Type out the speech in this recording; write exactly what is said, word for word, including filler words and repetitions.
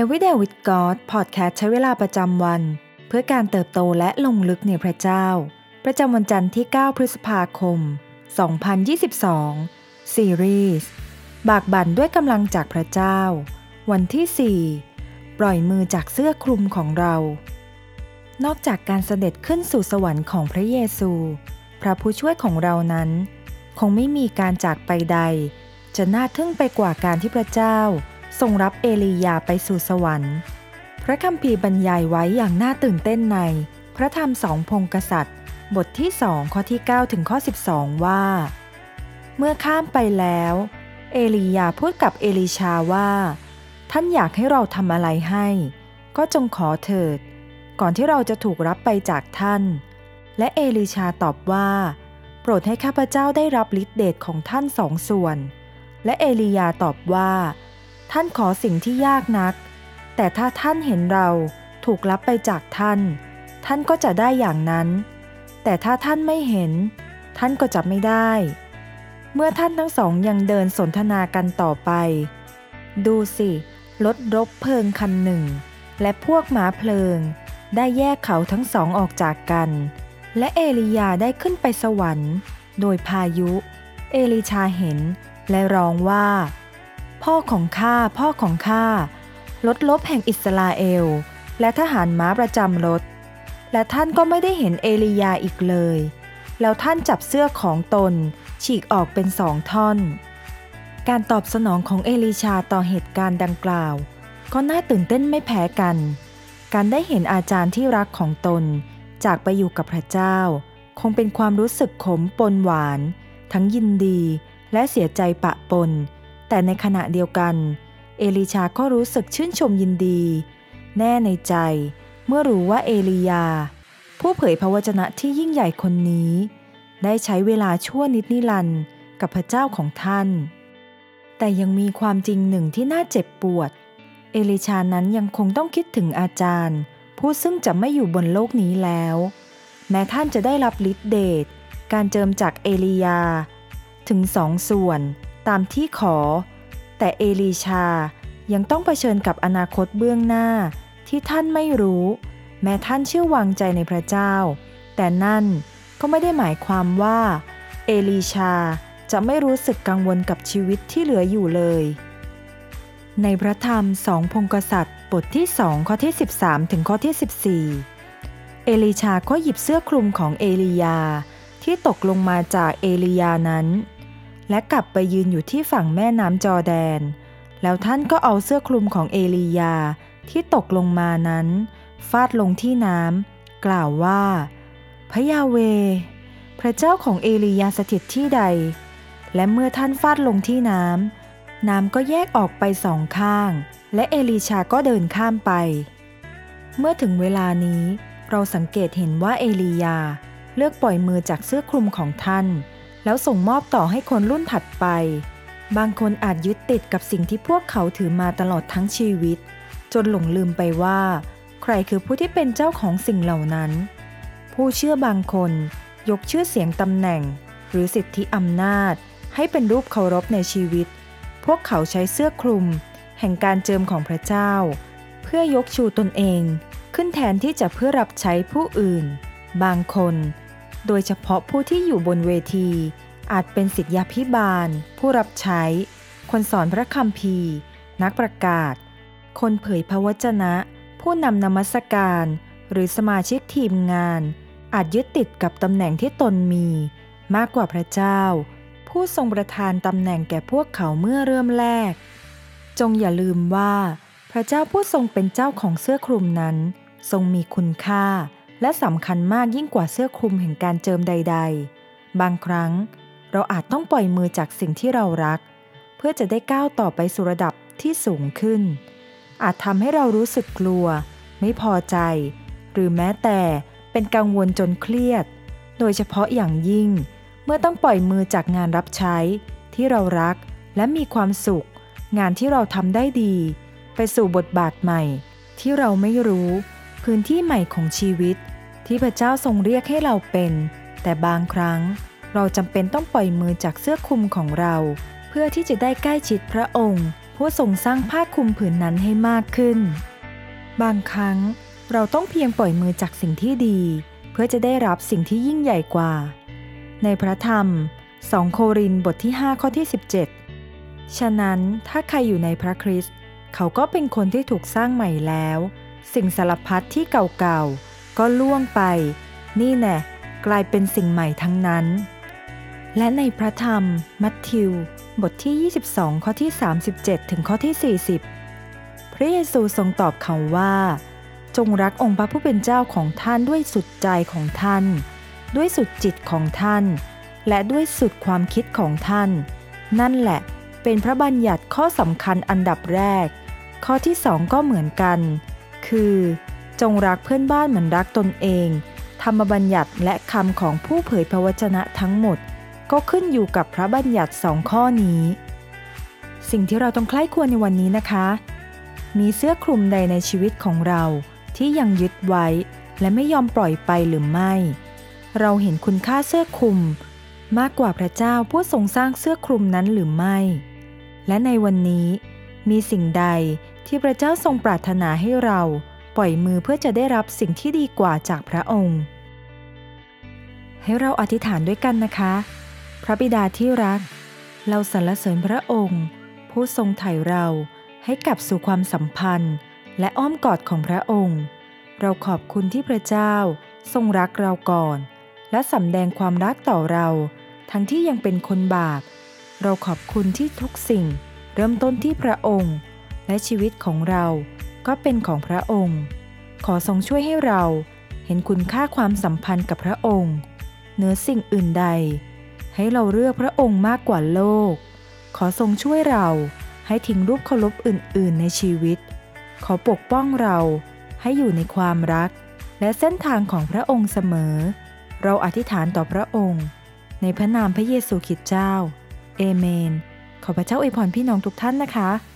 Everyday with God Podcast ใช้เวลาประจำวันเพื่อการเติบโตและลงลึกในพระเจ้าประจำวันจันทร์ที่เก้าพฤษภาคมสองพันยี่สิบสองซีรีส์บากบั่นด้วยกำลังจากพระเจ้าวันที่สี่ปล่อยมือจากเสื้อคลุมของเรานอกจากการเสด็จขึ้นสู่สวรรค์ของพระเยซูพระผู้ช่วยของเรานั้นคงไม่มีการจากไปใดจะน่าทึ่งไปกว่าการที่พระเจ้าทรงรับเอลียาไปสู่สวรรค์พระคัมภีร์บรรยายไว้อย่างน่าตื่นเต้นในพระธรรมสองพงศ์กษัตริย์บทที่สองข้อที่เก้าถึงข้อสิบสองว่าเมื่อข้ามไปแล้วเอลียาพูดกับเอลิชาว่าท่านอยากให้เราทำอะไรให้ก็จงขอเถิดก่อนที่เราจะถูกรับไปจากท่านและเอลิชาตอบว่าโปรดให้ข้าพเจ้าได้รับฤทธิเดชของท่านสองส่วนและเอลียาตอบว่าท่านขอสิ่งที่ยากนักแต่ถ้าท่านเห็นเราถูกลับไปจากท่านท่านก็จะได้อย่างนั้นแต่ถ้าท่านไม่เห็นท่านก็จะไม่ได้เมื่อท่านทั้งสองยังเดินสนทนากันต่อไปดูสิรถรบเพลิงคันหนึ่งและพวกม้าเพลิงได้แยกเขาทั้งสองออกจากกันและเอลียาได้ขึ้นไปสวรรค์โดยพายุเอลิชาเห็นและร้องว่าพ่อของข้าพ่อของข้ารถรบแห่งอิสราเอลและทหารม้าประจำรถและท่านก็ไม่ได้เห็นเอลียาอีกเลยแล้วท่านจับเสื้อของตนฉีกออกเป็นสองท่อนการตอบสนองของเอลิชาต่อเหตุการณ์ดังกล่าวก็น่าตื่นเต้นไม่แพ้กันการได้เห็นอาจารย์ที่รักของตนจากไปอยู่กับพระเจ้าคงเป็นความรู้สึกขมปนหวานทั้งยินดีและเสียใจปะปนแต่ในขณะเดียวกันเอลิชาก็รู้สึกชื่นชมยินดีแน่ในใจเมื่อรู้ว่าเอลียาผู้เผยพระวจนะที่ยิ่งใหญ่คนนี้ได้ใช้เวลาชั่วนิดนิรันดร์กับพระเจ้าของท่านแต่ยังมีความจริงหนึ่งที่น่าเจ็บปวดเอลิชานั้นยังคงต้องคิดถึงอาจารย์ผู้ซึ่งจะไม่อยู่บนโลกนี้แล้วแม้ท่านจะได้รับฤทธิเดชการเจิมจากเอลียาถึงสองส่วนตามที่ขอแต่เอลีชายังต้องเผชิญกับอนาคตเบื้องหน้าที่ท่านไม่รู้แม้ท่านเชื่อวางใจในพระเจ้าแต่นั่นก็ไม่ได้หมายความว่าเอลีชาจะไม่รู้สึกกังวลกับชีวิตที่เหลืออยู่เลยในพระธรรมสองพงศ์กษัตริย์บทที่สองข้อที่สิบสามถึงข้อที่สิบสี่เอลีชาก็หยิบเสื้อคลุมของเอลียาที่ตกลงมาจากเอลียานั้นและกลับไปยืนอยู่ที่ฝั่งแม่น้ำจอร์แดนแล้วท่านก็เอาเสื้อคลุมของเอลียาที่ตกลงมานั้นฟาดลงที่น้ำกล่าวว่าพระยาเวห์พระเจ้าของเอลียาสถิตที่ใดและเมื่อท่านฟาดลงที่น้ำน้ำก็แยกออกไปสองข้างและเอลีชาก็เดินข้ามไปเมื่อถึงเวลานี้เราสังเกตเห็นว่าเอลียาเลือกปล่อยมือจากเสื้อคลุมของท่านแล้วส่งมอบต่อให้คนรุ่นถัดไปบางคนอาจยึดติดกับสิ่งที่พวกเขาถือมาตลอดทั้งชีวิตจนหลงลืมไปว่าใครคือผู้ที่เป็นเจ้าของสิ่งเหล่านั้นผู้เชื่อบางคนยกชื่อเสียงตำแหน่งหรือสิทธิอำนาจให้เป็นรูปเคารพในชีวิตพวกเขาใช้เสื้อคลุมแห่งการเจิมของพระเจ้าเพื่อยกชูตนเองขึ้นแทนที่จะเพื่อรับใช้ผู้อื่นบางคนโดยเฉพาะผู้ที่อยู่บนเวทีอาจเป็นศิษยาภิบาลผู้รับใช้คนสอนพระคัมภีร์นักประกาศคนเผยพระวจนะผู้นำนมัสการหรือสมาชิกทีมงานอาจยึดติดกับตำแหน่งที่ตนมีมากกว่าพระเจ้าผู้ทรงประทานตำแหน่งแก่พวกเขาเมื่อเริ่มแรกจงอย่าลืมว่าพระเจ้าผู้ทรงเป็นเจ้าของเสื้อคลุมนั้นทรงมีคุณค่าและสำคัญมากยิ่งกว่าเสื้อคลุมแห่งการเจิมใดๆบางครั้งเราอาจต้องปล่อยมือจากสิ่งที่เรารักเพื่อจะได้ก้าวต่อไปสู่ระดับที่สูงขึ้นอาจทำให้เรารู้สึกกลัวไม่พอใจหรือแม้แต่เป็นกังวลจนเครียดโดยเฉพาะอย่างยิ่งเมื่อต้องปล่อยมือจากงานรับใช้ที่เรารักและมีความสุขงานที่เราทำได้ดีไปสู่บทบาทใหม่ที่เราไม่รู้พื้นที่ใหม่ของชีวิตที่พระเจ้าทรงเรียกให้เราเป็นแต่บางครั้งเราจำเป็นต้องปล่อยมือจากเสื้อคลุมของเราเพื่อที่จะได้ใกล้ชิดพระองค์ผู้ทรงสร้างผ้าคลุมผืนนั้นให้มากขึ้นบางครั้งเราต้องเพียงปล่อยมือจากสิ่งที่ดีเพื่อจะได้รับสิ่งที่ยิ่งใหญ่กว่าในพระธรรมสองโครินธ์บทที่ห้าข้อที่สิบเจ็ดฉะนั้นถ้าใครอยู่ในพระคริสต์เขาก็เป็นคนที่ถูกสร้างใหม่แล้วสิ่งสารพัดที่เก่าๆก็ล่วงไปนี่แน่กลายเป็นสิ่งใหม่ทั้งนั้นและในพระธรรมมัทธิวบทที่ยี่สิบสองข้อที่สามสิบเจ็ดถึงข้อที่สี่สิบพระเยซูทรงตอบเขาว่าจงรักองค์พระผู้เป็นเจ้าของท่านด้วยสุดใจของท่านด้วยสุดจิตของท่านและด้วยสุดความคิดของท่านนั่นแหละเป็นพระบัญญัติข้อสำคัญอันดับแรกข้อที่สองก็เหมือนกันคือจงรักเพื่อนบ้านเหมือนรักตนเองธรรมบัญญัติและคำของผู้เผยพระวจนะทั้งหมดก็ขึ้นอยู่กับพระบัญญัติสองข้อนี้สิ่งที่เราต้องใคร่ครวญในวันนี้นะคะมีเสื้อคลุมใดในชีวิตของเราที่ยังยึดไว้และไม่ยอมปล่อยไปหรือไม่เราเห็นคุณค่าเสื้อคลุมมากกว่าพระเจ้าผู้ทรงสร้างเสื้อคลุมนั้นหรือไม่และในวันนี้มีสิ่งใดที่พระเจ้าทรงปรารถนาให้เราปล่อยมือเพื่อจะได้รับสิ่งที่ดีกว่าจากพระองค์ให้เราอธิษฐานด้วยกันนะคะพระบิดาที่รักเราสรรเสริญพระองค์ผู้ทรงไถ่เราให้กลับสู่ความสัมพันธ์และอ้อมกอดของพระองค์เราขอบคุณที่พระเจ้าทรงรักเราก่อนและสำแดงความรักต่อเราทั้งที่ยังเป็นคนบาปเราขอบคุณที่ทุกสิ่งเริ่มต้นที่พระองค์และชีวิตของเราก็เป็นของพระองค์ขอทรงช่วยให้เราเห็นคุณค่าความสัมพันธ์กับพระองค์เหนือสิ่งอื่นใดให้เราเลือกพระองค์มากกว่าโลกขอทรงช่วยเราให้ทิ้งรูปเคารพอื่นๆในชีวิตขอปกป้องเราให้อยู่ในความรักและเส้นทางของพระองค์เสมอเราอธิษฐานต่อพระองค์ในพระนามพระเยซูคริสต์เจ้าเอเมนขอพระเจ้าอวยพรพี่น้องทุกท่านนะคะ